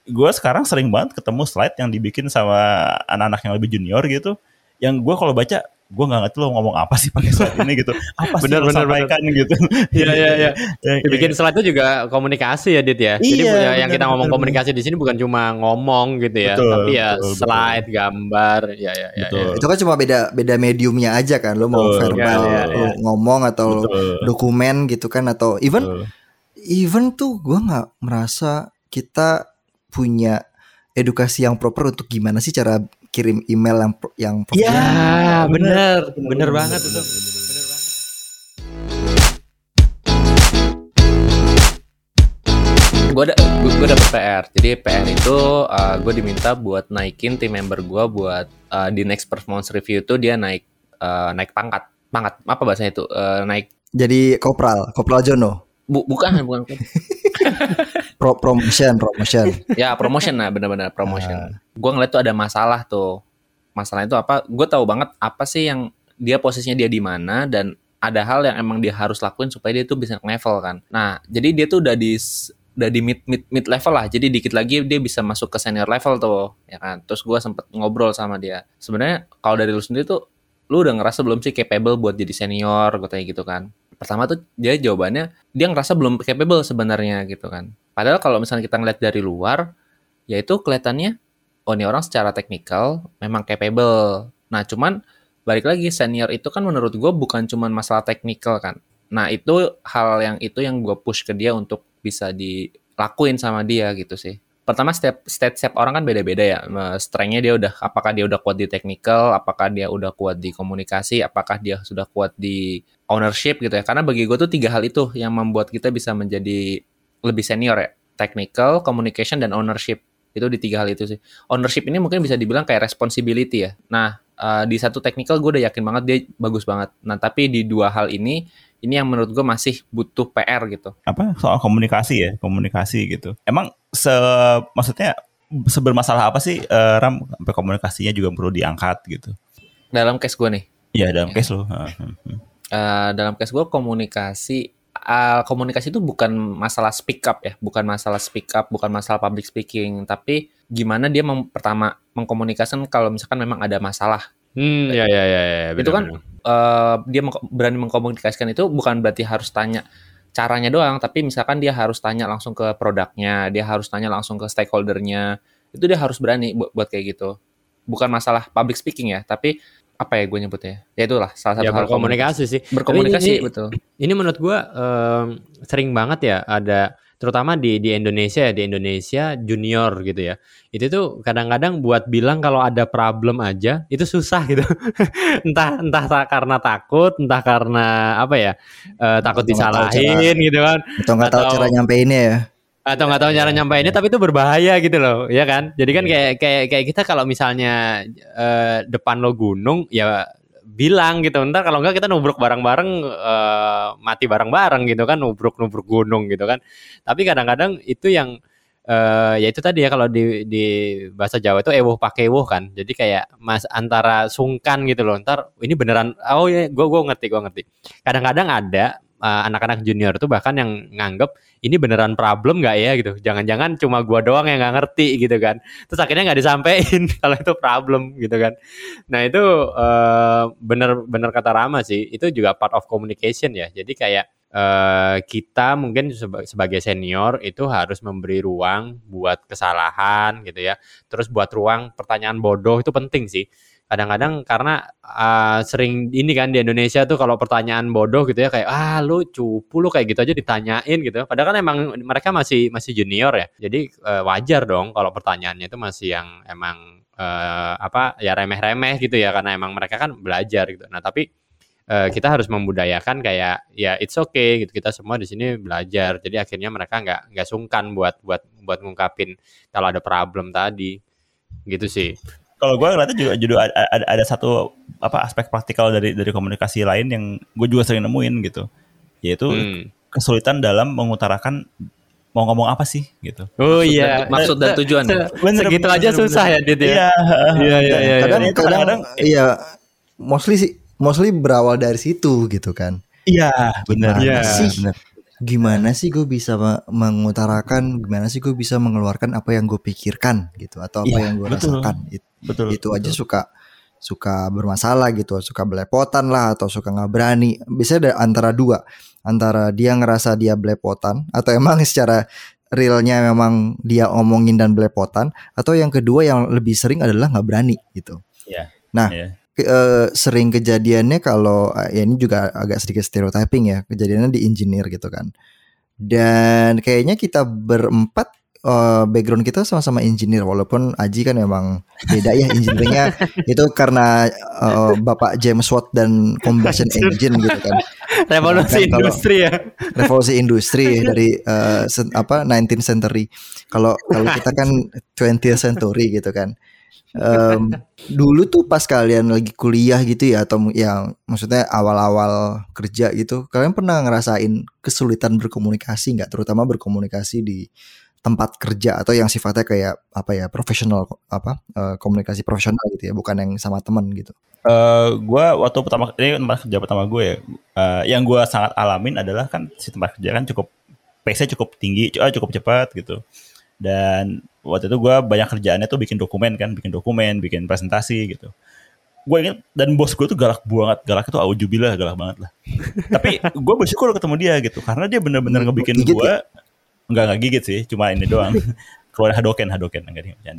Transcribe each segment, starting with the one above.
gue sekarang sering banget ketemu slide yang dibikin sama anak-anak yang lebih junior gitu, yang gue kalau baca gue nggak ngerti lo ngomong apa sih pakai slide ini gitu, apa sih lo sampaikan gitu. Iya. Dibikin slide itu juga komunikasi ya, Dit ya. Jadi yang kita ngomong komunikasi di sini bukan cuma ngomong gitu ya, tapi ya slide, gambar, ya. Itu kan cuma beda mediumnya aja kan, lo mau verbal, lo ngomong atau dokumen gitu kan, atau even tuh gue nggak merasa kita punya edukasi yang proper untuk gimana sih cara kirim email yang profesional. Iya, bener banget itu. Gue dapet PR. Jadi PR itu gue diminta buat naikin tim member gue buat di next performance review itu dia naik pangkat apa bahasanya itu naik. Jadi kopral Jono. Bukan. promotion. Ya promotion, nah benar-benar promotion. Gue ngeliat tuh ada masalah tuh. Masalahnya itu apa? Gue tahu banget apa sih yang dia posisinya dia di mana, dan ada hal yang emang dia harus lakuin supaya dia tuh bisa level kan. Nah jadi dia tuh udah di mid level lah. Jadi dikit lagi dia bisa masuk ke senior level tuh, ya kan. Terus gue sempet ngobrol sama dia. Sebenarnya kalau dari lu sendiri tuh, lu udah ngerasa belum sih capable buat jadi senior, gue tanya gitu kan. Pertama tuh dia jawabannya dia ngerasa belum capable sebenarnya gitu kan. Padahal kalau misalnya kita ngeliat dari luar, ya itu kelihatannya ini orang secara teknikal memang capable. Nah cuman balik lagi, senior itu kan menurut gue bukan cuman masalah teknikal kan. Nah itu hal yang gue push ke dia untuk bisa dilakuin sama dia gitu sih. Pertama step orang kan beda-beda ya. Strength-nya dia apakah dia udah kuat di technical, apakah dia udah kuat di komunikasi, apakah dia sudah kuat di ownership gitu ya. Karena bagi gue tuh 3 hal itu yang membuat kita bisa menjadi lebih senior ya. Technical, communication, dan ownership. Itu di 3 hal itu sih. Ownership ini mungkin bisa dibilang kayak responsibility ya. Nah, di satu technical gue udah yakin banget dia bagus banget. Nah, tapi di 2 hal ini yang menurut gue masih butuh PR gitu. Apa? Soal komunikasi gitu. Emang maksudnya sebermasalah apa sih Ram sampai komunikasinya juga perlu diangkat gitu? Dalam case gue nih. Iya, dalam case lo. Dalam case gue komunikasi itu bukan masalah speak up ya, bukan masalah public speaking, tapi gimana dia pertama mengkomunikasikan kalau misalkan memang ada masalah. Ya. Itu kan dia berani mengkomunikasikan itu bukan berarti harus tanya caranya doang, tapi misalkan dia harus tanya langsung ke produknya, dia harus tanya langsung ke stakeholdernya, itu dia harus berani buat kayak gitu. Bukan masalah public speaking ya, tapi apa ya gue nyebutnya? Ya itulah salah satu hal berkomunikasi sih. Berkomunikasi betul. Ini menurut gue sering banget ya ada, terutama di Indonesia ya, di Indonesia junior gitu ya. Itu tuh kadang-kadang buat bilang kalau ada problem aja itu susah gitu. entah karena takut, entah karena apa ya, takut disalahin gitu kan. Atau nggak tahu cara nyampeinnya ya. Atau nggak tahu cara nyampeinnya, tapi itu berbahaya gitu loh, ya kan? Jadi kan kayak kita kalau misalnya depan lo gunung ya bilang gitu, ntar kalau enggak kita nubruk bareng-bareng, mati bareng-bareng gitu kan, nubruk gunung gitu kan. Tapi kadang-kadang itu yang ya itu tadi ya, kalau di bahasa Jawa itu ewuh pakewuh kan. Jadi kayak antara sungkan gitu loh, ntar ini beneran, oh ya gue ngerti. Kadang-kadang ada anak-anak junior tuh bahkan yang nganggep ini beneran problem nggak ya gitu, jangan-jangan cuma gua doang yang nggak ngerti gitu kan, terus akhirnya nggak disampein kalau itu problem gitu kan. Nah itu bener kata Rama sih, itu juga part of communication ya. Jadi kayak kita mungkin sebagai senior itu harus memberi ruang buat kesalahan gitu ya, terus buat ruang pertanyaan bodoh itu penting sih. Kadang-kadang karena sering ini kan di Indonesia tuh kalau pertanyaan bodoh gitu ya, kayak lu cupu lu kayak gitu aja ditanyain gitu. Padahal kan emang mereka masih junior ya. Jadi wajar dong kalau pertanyaannya itu masih yang emang ya remeh-remeh gitu ya, karena emang mereka kan belajar gitu. Nah, tapi kita harus membudayakan kayak ya it's okay gitu, kita semua di sini belajar. Jadi akhirnya mereka nggak sungkan buat ngungkapin kalau ada problem tadi. Gitu sih. Kalau gue ngeliatnya juga ada satu aspek praktikal dari komunikasi lain yang gue juga sering nemuin gitu, yaitu kesulitan dalam mengutarakan mau ngomong apa sih gitu. Oh iya, maksud dan tujuan. Segitu aja susah ya Dit ya. Iya. Kadang iya, mostly berawal dari situ gitu kan. Iya, benar. Sih. gimana sih gue bisa mengutarakan, gimana sih gue bisa mengeluarkan apa yang gue pikirkan gitu, atau apa yang gue rasakan. Itu aja suka bermasalah gitu, suka belepotan lah, atau suka nggak berani. Biasanya ada antara dia ngerasa dia belepotan, atau emang secara realnya memang dia omongin dan belepotan, atau yang kedua yang lebih sering adalah nggak berani gitu. Nah, sering kejadiannya kalau ya ini juga agak sedikit stereotyping ya, kejadiannya di engineer gitu kan. Dan kayaknya kita berempat background kita sama-sama engineer, walaupun Aji kan memang beda ya engineeringnya itu karena Bapak James Watt dan combustion engine gitu kan. Revolusi industri ya. Revolusi industri dari 19th century. Kalau kita kan 20th century gitu kan. Dulu tuh pas kalian lagi kuliah gitu ya, atau yang maksudnya awal-awal kerja gitu, kalian pernah ngerasain kesulitan berkomunikasi nggak, terutama berkomunikasi di tempat kerja atau yang sifatnya kayak apa ya, profesional, komunikasi profesional gitu ya, bukan yang sama teman gitu. Gue waktu tempat kerja pertama gue ya, yang gue sangat alamin adalah kan si tempat kerja kan cukup pace-nya cukup tinggi, cukup cepat gitu. Dan waktu itu gue banyak kerjaannya tuh bikin dokumen, bikin presentasi gitu. Gue ingat, dan bos gue tuh galak itu aujubillah, galak banget lah. Tapi gue bersyukur ketemu dia gitu, karena dia benar-benar ngebikin gue ya? Enggak gigit sih, cuma ini doang. Keluar hadoken enggak bercanda.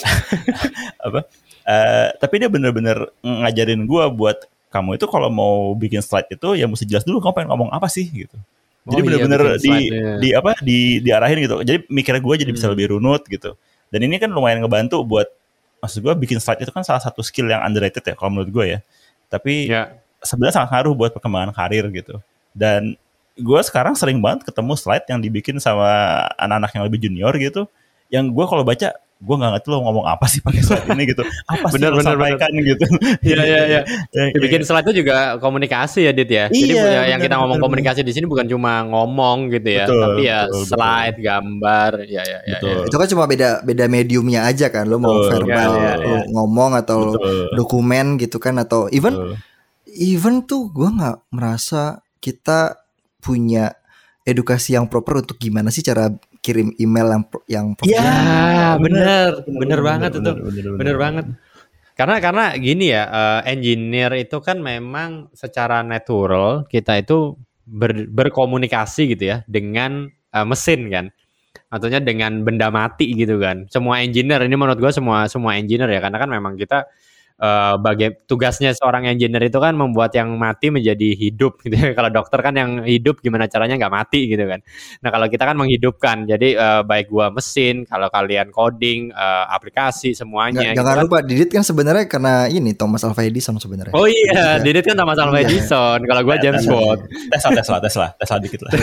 Tapi dia benar-benar ngajarin gue buat, kamu itu kalau mau bikin slide itu ya mesti jelas dulu kamu pengen ngomong apa sih gitu. Jadi benar-benar diarahin gitu. Jadi mikirnya gue jadi bisa lebih runut gitu. Dan ini kan lumayan ngebantu buat, maksud gue bikin slide itu kan salah satu skill yang underrated ya kalau menurut gue ya. Tapi sebenarnya sangat ngaruh buat perkembangan karir gitu. Dan gue sekarang sering banget ketemu slide yang dibikin sama anak-anak yang lebih junior gitu, yang gue kalau baca, gue nggak ngerti lo ngomong apa sih pakai slide ini gitu, apa sih lo sampaikan gitu. Iya. Bikin slide itu juga komunikasi ya, Dit ya. Jadi yang kita ngomong komunikasi di sini bukan cuma ngomong gitu ya, tapi ya slide, gambar, ya. Itu kan cuma beda mediumnya aja kan, lo mau verbal, lo ngomong atau dokumen gitu kan, atau even tuh gue nggak merasa kita punya edukasi yang proper untuk gimana sih cara kirim email yang profesional. Bener banget itu. Bener banget. Karena gini ya, engineer itu kan memang secara natural kita itu berkomunikasi gitu ya dengan mesin kan. Maksudnya dengan benda mati gitu kan. Semua engineer, ini menurut gue semua engineer ya, karena kan memang kita tugasnya seorang engineer itu kan membuat yang mati menjadi hidup gitu ya. Kalau dokter kan yang hidup gimana caranya nggak mati gitu kan. Nah kalau kita kan menghidupkan, jadi baik gua mesin, kalau kalian coding, aplikasi semuanya. Jangan lupa Didit kan sebenarnya karena ini Thomas Alva Edison sebenarnya. Oh iya, Didit kan Thomas Alva Edison. Kalau gua James Watt. Tesla dikit lah.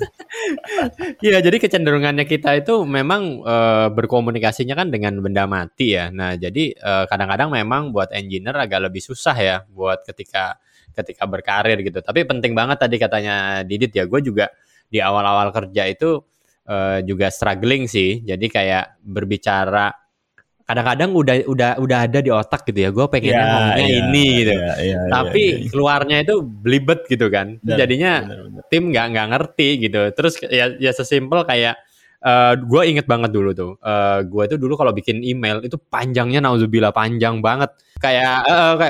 Iya, jadi kecenderungannya kita itu memang berkomunikasinya kan dengan benda mati ya. Nah jadi kadang-kadang memang buat engineer agak lebih susah ya buat ketika berkarir gitu. Tapi penting banget tadi katanya Didit ya, gue juga di awal-awal kerja itu juga struggling sih. Jadi kayak berbicara kadang-kadang udah ada di otak gitu ya, gue pengennya ngomongnya ini gitu. Tapi keluarnya itu belibet gitu kan. Jadinya tim nggak ngerti gitu. Terus ya sesimpel kayak gue inget banget dulu tuh, gue tuh dulu kalau bikin email itu panjangnya nauzubillah panjang banget, kayak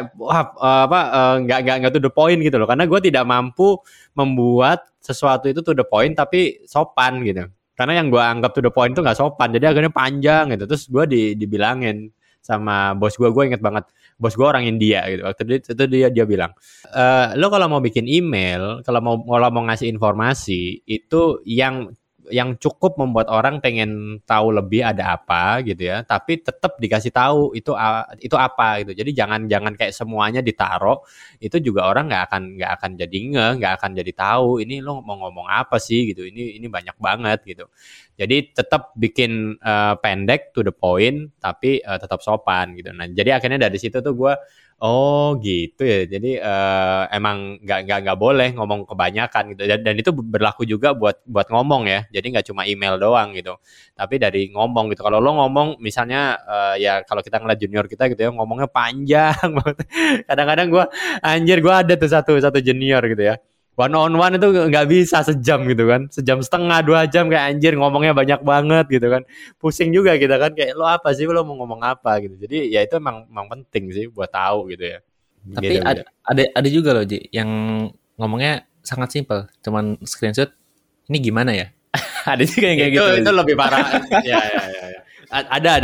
nggak to the point gitu loh, karena gue tidak mampu membuat sesuatu itu to the point tapi sopan gitu, karena yang gue anggap to the point itu nggak sopan, jadi akhirnya panjang gitu. Terus gue dibilangin sama bos gue inget banget, bos gue orang India gitu, waktu itu dia bilang, lo kalau mau bikin email, kalau mau ngasih informasi itu yang cukup membuat orang pengen tahu lebih ada apa gitu ya, tapi tetap dikasih tahu itu apa gitu. Jadi jangan kayak semuanya ditaruh, itu juga orang nggak akan jadi nggak akan jadi tahu ini lo mau ngomong apa sih gitu, ini banyak banget gitu. Jadi tetap bikin pendek to the point tapi tetap sopan gitu. Nah jadi akhirnya dari situ tuh gue oh gitu ya. Jadi emang nggak boleh ngomong kebanyakan gitu. Dan itu berlaku juga buat ngomong ya. Jadi nggak cuma email doang gitu. Tapi dari ngomong gitu. Kalau lo ngomong misalnya ya kalau kita ngeliat junior kita gitu ya, ngomongnya panjang banget. Kadang-kadang gue ada tuh satu junior gitu ya. one on one itu nggak bisa sejam gitu kan, 1,5 jam 2 jam kayak anjir ngomongnya banyak banget gitu kan, pusing juga kita kan kayak lo apa sih, lo mau ngomong apa gitu. Jadi ya itu emang penting sih buat tahu gitu ya. Tapi gitu, ada juga loh Ji yang ngomongnya sangat simpel, cuman screenshot ini gimana ya. Ada juga yang kayak gitu. Itu lebih parah. ya. Ada.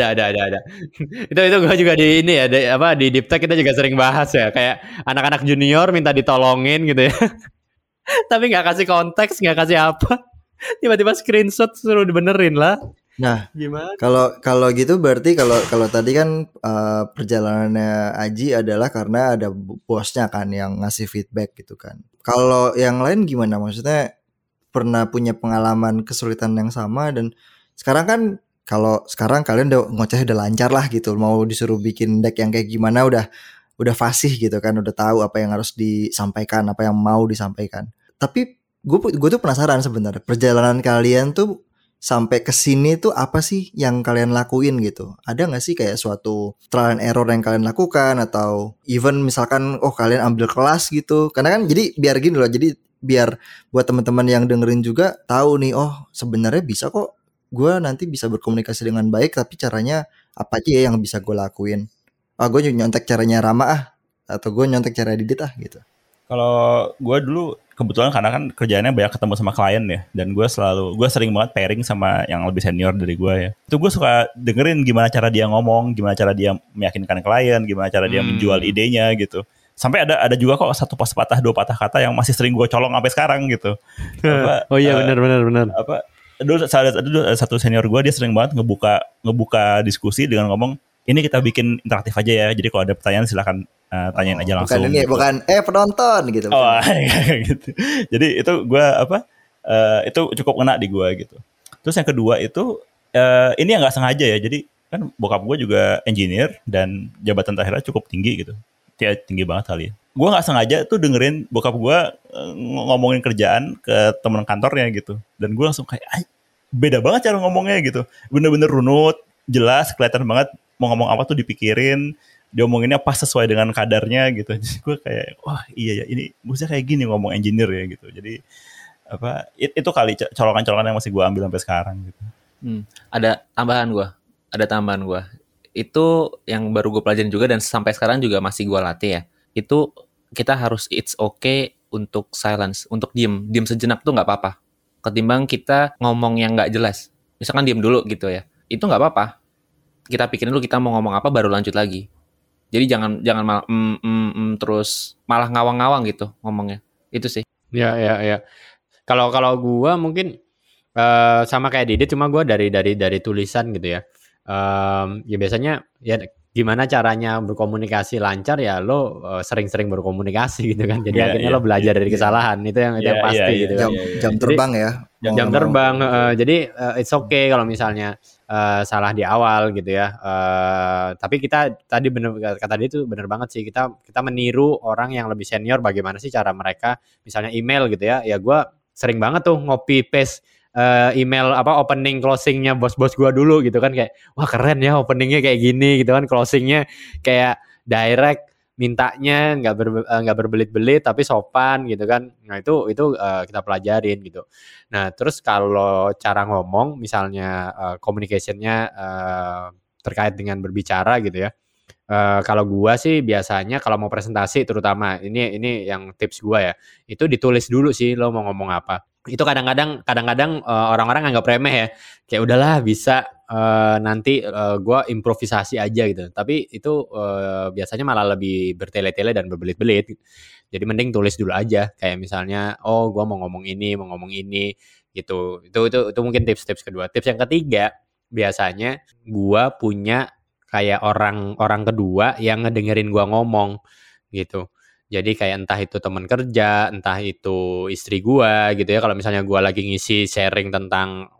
itu gue juga di ini ya, di Deep Tech kita juga sering bahas ya, kayak anak-anak junior minta ditolongin gitu ya. Tapi nggak kasih konteks, nggak kasih apa, tiba-tiba screenshot suruh dibenerin lah. Nah, gimana? Kalau gitu berarti kalau tadi kan perjalanannya Aji adalah karena ada bosnya kan yang ngasih feedback gitu kan. Kalau yang lain gimana? Maksudnya pernah punya pengalaman kesulitan yang sama, dan sekarang kan kalau sekarang kalian udah lancar lah gitu, mau disuruh bikin deck yang kayak gimana udah fasih gitu kan, udah tahu apa yang harus disampaikan, apa yang mau disampaikan. Tapi gue tuh penasaran sebenarnya, perjalanan kalian tuh sampai ke sini tuh apa sih yang kalian lakuin gitu? Ada nggak sih kayak suatu trial and error yang kalian lakukan, atau even misalkan kalian ambil kelas gitu? Karena kan jadi biar gini loh, jadi biar buat teman-teman yang dengerin juga tahu nih, sebenarnya bisa kok gue nanti bisa berkomunikasi dengan baik, tapi caranya apa aja ya yang bisa gue lakuin? Gue nyontek caranya Rama atau gue nyontek cara Didit gitu. Kalau gue dulu kebetulan karena kan kerjaannya banyak ketemu sama klien ya, dan gue sering banget pairing sama yang lebih senior dari gue ya. Itu gue suka dengerin gimana cara dia ngomong, gimana cara dia meyakinkan klien, gimana cara dia menjual idenya gitu. Sampai ada juga kok satu patah 2 patah kata yang masih sering gue colong sampai sekarang gitu. Benar. Dulu ada satu senior gue, dia sering banget ngebuka diskusi dengan ngomong, ini kita bikin interaktif aja ya. Jadi kalau ada pertanyaan silakan tanyain aja langsung. Bukan ini, gitu. Bukan penonton gitu. Gitu. Jadi itu gue itu cukup kena di gue gitu. Terus yang kedua itu ini yang nggak sengaja ya. Jadi kan bokap gue juga engineer dan jabatan terakhirnya cukup tinggi gitu. Ya, tinggi banget kali ya. Gue nggak sengaja tuh dengerin bokap gue ngomongin kerjaan ke teman kantornya gitu. Dan gue langsung kayak beda banget cara ngomongnya gitu. Bener-bener runut, jelas, kelihatan banget mau ngomong apa tuh dipikirin, diomonginnya pas sesuai dengan kadarnya gitu. Jadi gue kayak, wah iya ya, ini maksudnya kayak gini ngomong engineer ya gitu. Jadi itu kali colokan-colokan yang masih gue ambil sampai sekarang gitu. Ada tambahan gue. Itu yang baru gue pelajarin juga dan sampai sekarang juga masih gue latih ya. Itu kita harus it's okay untuk silence, untuk diem sejenak tuh nggak apa-apa. Ketimbang kita ngomong yang nggak jelas, misalkan diem dulu gitu ya, itu nggak apa-apa. Kita pikirin dulu kita mau ngomong apa baru lanjut lagi. Jadi jangan malah terus malah ngawang-ngawang gitu ngomongnya. Itu sih. Ya. Kalau gue mungkin sama kayak Didit, cuma gue dari tulisan gitu ya. Ya biasanya ya gimana caranya berkomunikasi lancar ya lo sering-sering berkomunikasi gitu kan. Jadi akhirnya lo belajar dari kesalahan. Itu yang pasti gitu kan. Jam terbang ya. Jam terbang. Jadi it's okay kalau misalnya salah di awal gitu ya. Tapi kita tadi kata dia itu benar banget sih. Kita meniru orang yang lebih senior, bagaimana sih cara mereka misalnya email gitu ya. Ya gue sering banget tuh ngopi paste email opening closingnya bos-bos gue dulu gitu kan, kayak wah keren ya openingnya kayak gini gitu kan, closingnya kayak direct, mintanya nggak berbelit-belit tapi sopan gitu kan. Nah itu kita pelajarin gitu. Nah terus kalau cara ngomong misalnya communicationnya terkait dengan berbicara gitu ya. Kalau gua sih biasanya kalau mau presentasi terutama ini yang tips gua ya, itu ditulis dulu sih lo mau ngomong apa. Itu kadang-kadang orang-orang anggap remeh ya, kayak udahlah bisa nanti gua improvisasi aja gitu. Tapi itu biasanya malah lebih bertele-tele dan berbelit-belit. Jadi mending tulis dulu aja, kayak misalnya gua mau ngomong ini gitu. Itu mungkin tips kedua. Tips yang ketiga, biasanya gua punya kayak orang kedua yang ngedengerin gua ngomong gitu. Jadi kayak entah itu teman kerja, entah itu istri gua gitu ya. Kalau misalnya gua lagi ngisi sharing tentang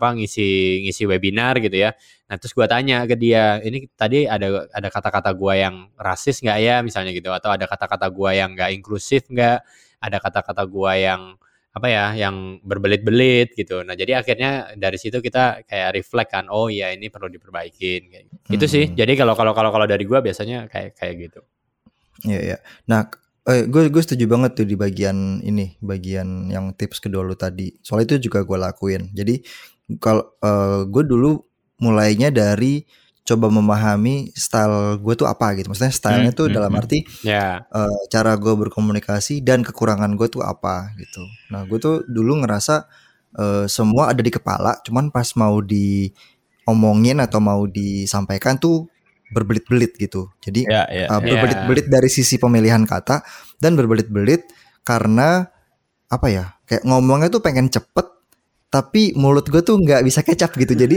ngisi webinar gitu ya. Nah, terus gua tanya ke dia, ini tadi ada kata-kata gua yang rasis enggak ya misalnya gitu, atau ada kata-kata gua yang enggak inklusif enggak? Ada kata-kata gua yang yang berbelit-belit gitu. Nah, jadi akhirnya dari situ kita kayak reflect kan, oh iya ini perlu diperbaikin kayak gitu. Itu sih. Jadi kalau dari gua biasanya kayak gitu. Iya. Nah, Gue setuju banget tuh di bagian ini, bagian yang tips kedua lu tadi. Soal itu juga gue lakuin. Jadi kalau gue dulu mulainya dari coba memahami style gue tuh apa gitu. Maksudnya stylenya tuh dalam arti cara gue berkomunikasi dan kekurangan gue tuh apa gitu. Nah gue tuh dulu ngerasa semua ada di kepala, cuman pas mau diomongin atau mau disampaikan tuh berbelit-belit gitu. Jadi berbelit-belit dari sisi pemilihan kata dan berbelit-belit karena apa ya? Kayak ngomongnya tuh pengen cepet tapi mulut gue tuh nggak bisa kecap gitu. Jadi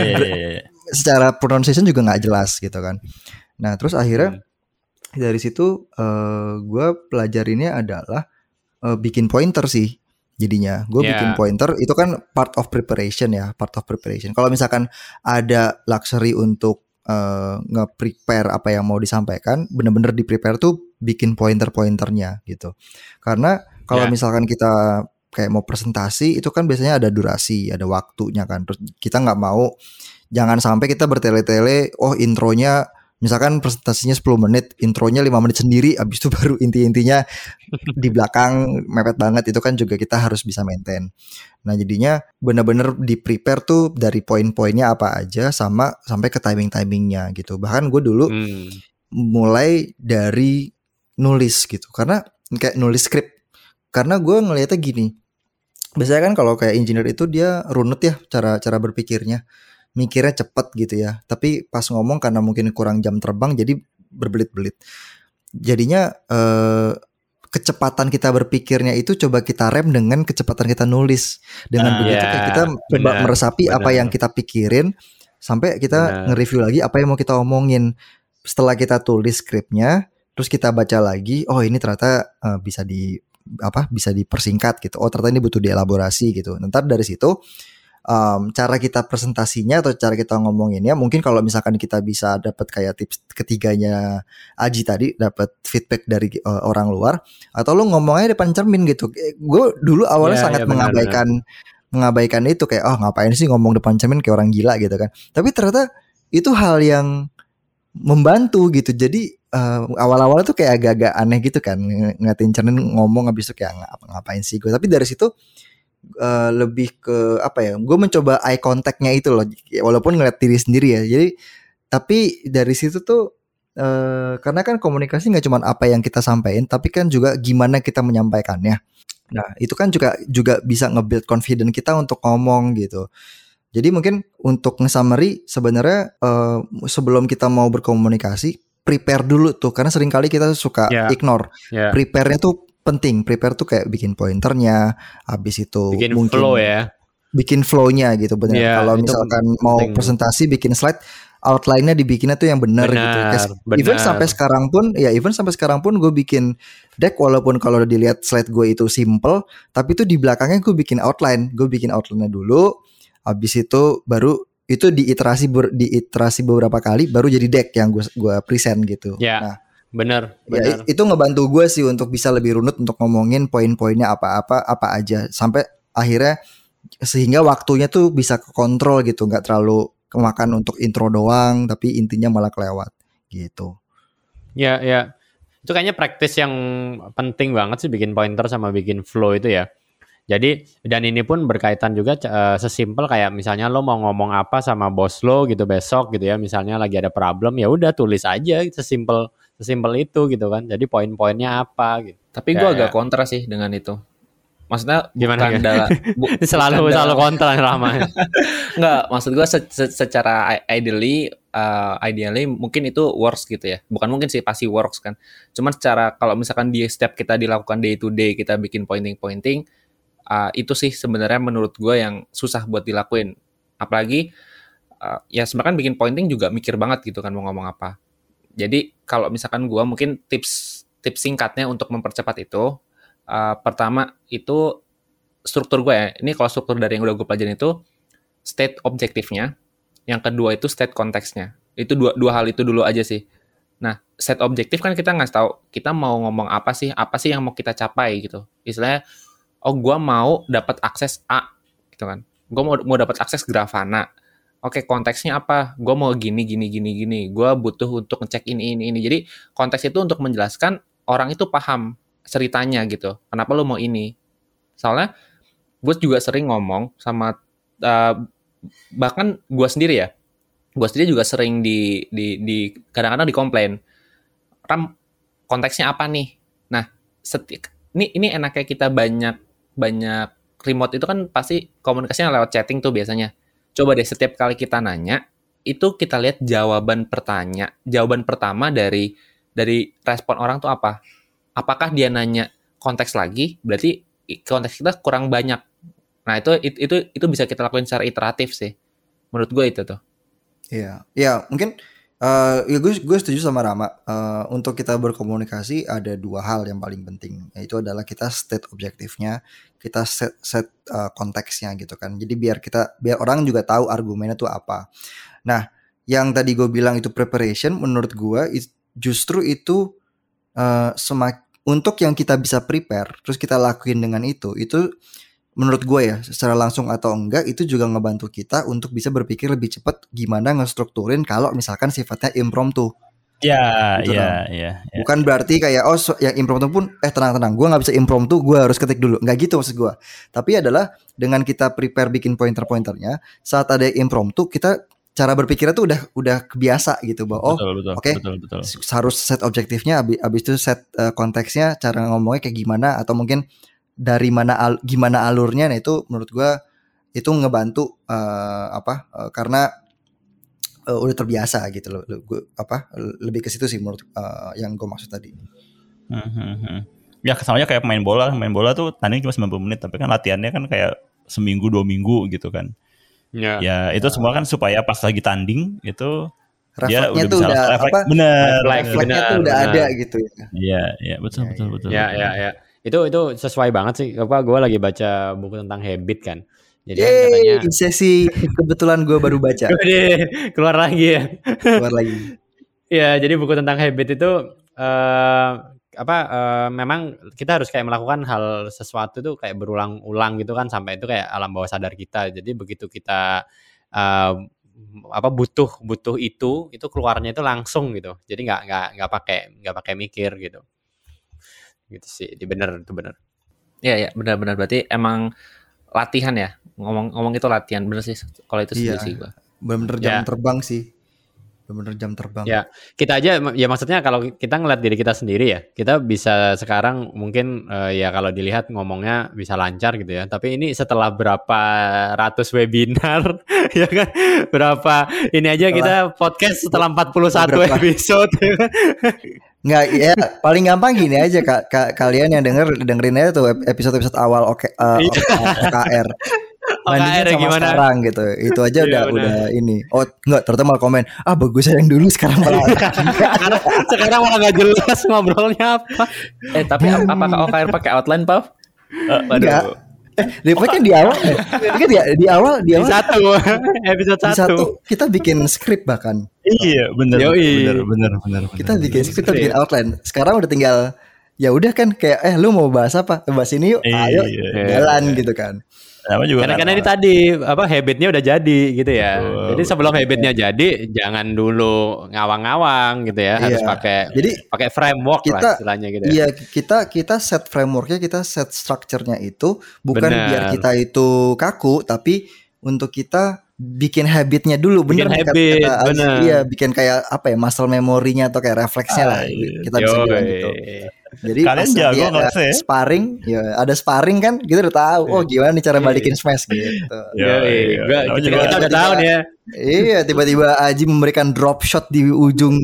secara pronunciation juga nggak jelas gitu kan. Nah terus akhirnya dari situ gue pelajarinnya adalah bikin pointer sih. Jadinya gue bikin pointer itu kan part of preparation ya, part of preparation. Kalau misalkan ada luxury untuk nge-prepare apa yang mau disampaikan, bener-bener di-prepare tuh bikin pointer-pointernya gitu. Karena kalau misalkan kita kayak mau presentasi itu kan biasanya ada durasi, ada waktunya kan. Terus kita nggak mau, jangan sampai kita bertele-tele, oh intronya misalkan presentasinya 10 menit, intronya 5 menit sendiri, abis itu baru inti-intinya di belakang mepet banget, itu kan juga kita harus bisa maintain. Nah jadinya benar-benar di-prepare tuh dari poin-poinnya apa aja sampai ke timing-timingnya gitu. Bahkan gue dulu mulai dari nulis gitu, karena kayak nulis skrip. Karena gue ngeliatnya gini, biasanya kan kalau kayak engineer itu dia runut ya cara berpikirnya, mikirnya cepet gitu ya. Tapi pas ngomong karena mungkin kurang jam terbang jadi berbelit-belit. Jadinya kecepatan kita berpikirnya itu coba kita rem dengan kecepatan kita nulis. Dengan begitu kayak kita coba meresapi apa yang kita pikirin sampai kita nge-review lagi apa yang mau kita omongin. Setelah kita tulis skripnya, terus kita baca lagi, oh ini ternyata bisa dipersingkat gitu. Oh ternyata ini butuh dielaborasi gitu. Ntar dari situ cara kita presentasinya atau cara kita ngomonginnya, mungkin kalau misalkan kita bisa dapat kayak tips ketiganya Aji tadi, dapat feedback dari orang luar, atau lu ngomongnya depan cermin gitu. Gue dulu awalnya sangat mengabaikan itu, kayak ngapain sih ngomong depan cermin kayak orang gila gitu kan. Tapi ternyata itu hal yang membantu gitu. Jadi awal-awal tuh kayak agak-agak aneh gitu kan, ngatin cermin ngomong habis itu kayak ngapain sih gue. Tapi dari situ lebih ke apa ya, gue mencoba eye contact-nya itu loh, walaupun ngeliat diri sendiri ya. Jadi tapi dari situ tuh karena kan komunikasi nggak cuma apa yang kita sampaikan, tapi kan juga gimana kita menyampaikannya. Nah itu kan juga bisa nge-build confidence kita untuk ngomong gitu. Jadi mungkin untuk nge-summary sebenarnya sebelum kita mau berkomunikasi, prepare dulu tuh, karena seringkali kita suka ignore. Prepare-nya tuh penting. Prepare tuh kayak bikin pointernya, habis itu bikin mungkin flow ya, bikin flow-nya gitu benar. Kalau misalkan mau presentasi bikin slide, outline-nya dibikinnya tuh yang benar gitu. Even sampai sekarang pun gue bikin deck, walaupun kalau dilihat slide gue itu simple, tapi tuh di belakangnya gue bikin outline. Gue bikin outline-nya dulu, habis itu baru itu diiterasi beberapa kali baru jadi deck yang gue present gitu. Nah Benar. Ya, itu ngebantu gue sih untuk bisa lebih runut untuk ngomongin poin-poinnya apa aja sampai akhirnya sehingga waktunya tuh bisa kekontrol gitu, nggak terlalu kemakan untuk intro doang tapi intinya malah kelewat gitu. Ya itu kayaknya praktis yang penting banget sih, bikin pointer sama bikin flow itu ya. Jadi dan ini pun berkaitan juga sesimpel kayak misalnya lo mau ngomong apa sama bos lo gitu besok gitu ya, misalnya lagi ada problem, ya udah tulis aja, sesimpel itu gitu kan. Jadi poin-poinnya apa gitu. Tapi gue agak kontra sih dengan itu. Maksudnya gimana selalu kontra Rahma. Enggak, maksud gue secara ideally mungkin itu works gitu ya. Bukan mungkin sih, pasti works kan. Cuman secara kalau misalkan di step kita dilakukan day to day, kita bikin pointing itu sih sebenarnya menurut gue yang susah buat dilakuin. Apalagi ya sebenarnya bikin pointing juga mikir banget gitu kan mau ngomong apa. Jadi kalau misalkan gue mungkin tips singkatnya untuk mempercepat itu, pertama itu struktur gue ya. Ini kalau struktur dari yang udah gue pelajarin itu state objektifnya, yang kedua itu state konteksnya. Itu dua hal itu dulu aja sih. Nah state objektif kan kita ngasih tahu kita mau ngomong apa sih yang mau kita capai gitu. Istilahnya, oh gue mau dapat akses A gitu kan. Gue mau dapat akses Grafana. Oke, konteksnya apa? Gue mau gini. Gue butuh untuk ngecek ini. Jadi konteks itu untuk menjelaskan orang itu paham ceritanya gitu. Kenapa lu mau ini? Soalnya gue juga sering ngomong sama bahkan gue sendiri ya. Gue sendiri juga sering di kadang-kadang dikomplain. Ram, konteksnya apa nih? Nah, ini enaknya kita banyak remote itu kan pasti komunikasinya lewat chatting tuh biasanya. Coba deh setiap kali kita nanya, itu kita lihat jawaban pertama dari respon orang tuh apa? Apakah dia nanya konteks lagi? Berarti konteks kita kurang banyak. Nah, itu bisa kita lakuin secara iteratif sih. Menurut gue itu tuh. Iya, ya mungkin ya gue setuju sama Rama. Untuk kita berkomunikasi ada dua hal yang paling penting, yaitu adalah kita state objektifnya, kita set konteksnya gitu kan. Jadi biar orang juga tahu argumennya tuh apa. Nah, yang tadi gue bilang itu preparation, menurut gue justru itu untuk yang kita bisa prepare, terus kita lakuin dengan itu menurut gue ya, secara langsung atau enggak, itu juga ngebantu kita untuk bisa berpikir lebih cepat gimana ngestrukturin kalau misalkan sifatnya impromptu. Ya, gitu ya. Bukan berarti kayak yang impromptu pun tenang, gue nggak bisa impromptu, gue harus ketik dulu, nggak gitu maksud gue. Tapi adalah dengan kita prepare bikin pointer-pointernya, saat ada impromptu kita cara berpikirnya tuh udah kebiasa gitu bahwa betul. Harus set objektifnya, abis itu set konteksnya, cara ngomongnya kayak gimana, atau mungkin dari gimana alurnya. Nah itu menurut gue itu ngebantu karena udah terbiasa gitu loh. Lebih ke situ sih menurut yang gue maksud tadi. Ya kesannya kayak main bola tuh tanding cuma 90 menit, tapi kan latihannya kan kayak seminggu 2 minggu gitu kan. Ya itu semua kan supaya pas lagi tanding itu dia udah bisa refleks, refleksnya tuh udah ada gitu ya. Iya, betul. Ya. Itu sesuai banget sih. Gue lagi baca buku tentang habit kan. Jadi katanya sesi kebetulan gue baru baca. Keluar lagi ya. Ya, jadi buku tentang habit itu memang kita harus kayak melakukan hal sesuatu tuh kayak berulang-ulang gitu kan, sampai itu kayak alam bawah sadar kita. Jadi begitu kita butuh itu keluarnya itu langsung gitu. Jadi nggak pakai mikir gitu. Gitu sih, itu benar. Iya, benar. Berarti emang latihan ya, ngomong itu latihan, bener sih. Kalau itu sih gue. Bener jam terbang sih. Bener jam terbang. Ya, kita aja ya, maksudnya kalau kita ngeliat diri kita sendiri ya, kita bisa sekarang mungkin ya kalau dilihat ngomongnya bisa lancar gitu ya. Tapi ini setelah berapa ratus webinar ya kan, berapa ini aja kita podcast setelah 41 episode. Nggak, ya paling gampang gini aja kalian yang dengerin aja tuh episode awal OKR. Bandingin sama gimana? Sekarang gitu. Itu aja udah ini. Oh enggak, ternyata malah komen, bagus yang dulu sekarang malah sekarang malah nggak jelas ngobrolnya apa. Tapi apakah OKR pakai outline, Paf? Enggak. Kan di awal di awal episode 1 kita bikin skrip bahkan. Iya, benar. Kita bikin skrip, kita bikin outline. Sekarang udah tinggal ya udah kan kayak lu mau bahas apa? Bahas ini yuk. Ayo jalan gitu kan. Karena ini tadi habitnya udah jadi gitu ya. Jadi sebelum habitnya jadi jangan dulu ngawang-ngawang gitu ya. Harus pakai framework lah istilahnya gitu ya. Iya, kita set frameworknya, kita set structure-nya itu bukan biar kita itu kaku, tapi untuk kita bikin habitnya dulu, bikin habit, bener. Iya, bikin kayak muscle memory-nya atau kayak refleksnya lah. Kita bisa bilang gitu. Jadi kalian jago nggak sih? Sparring, ya ada sparring kan, kita udah tahu. Gimana nih cara balikin smash gitu. Kita udah tahu nih ya. Iya, tiba-tiba Aji memberikan drop shot di ujung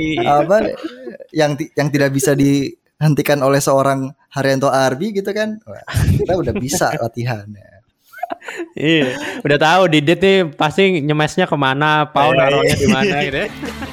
yang tidak bisa dihentikan oleh seorang Haryanto Arbi gitu kan. Wah, kita udah bisa latihan. Iya, udah tahu Didit nih pasti nyemesnya kemana, Pau naruhnya di mana gitu ya.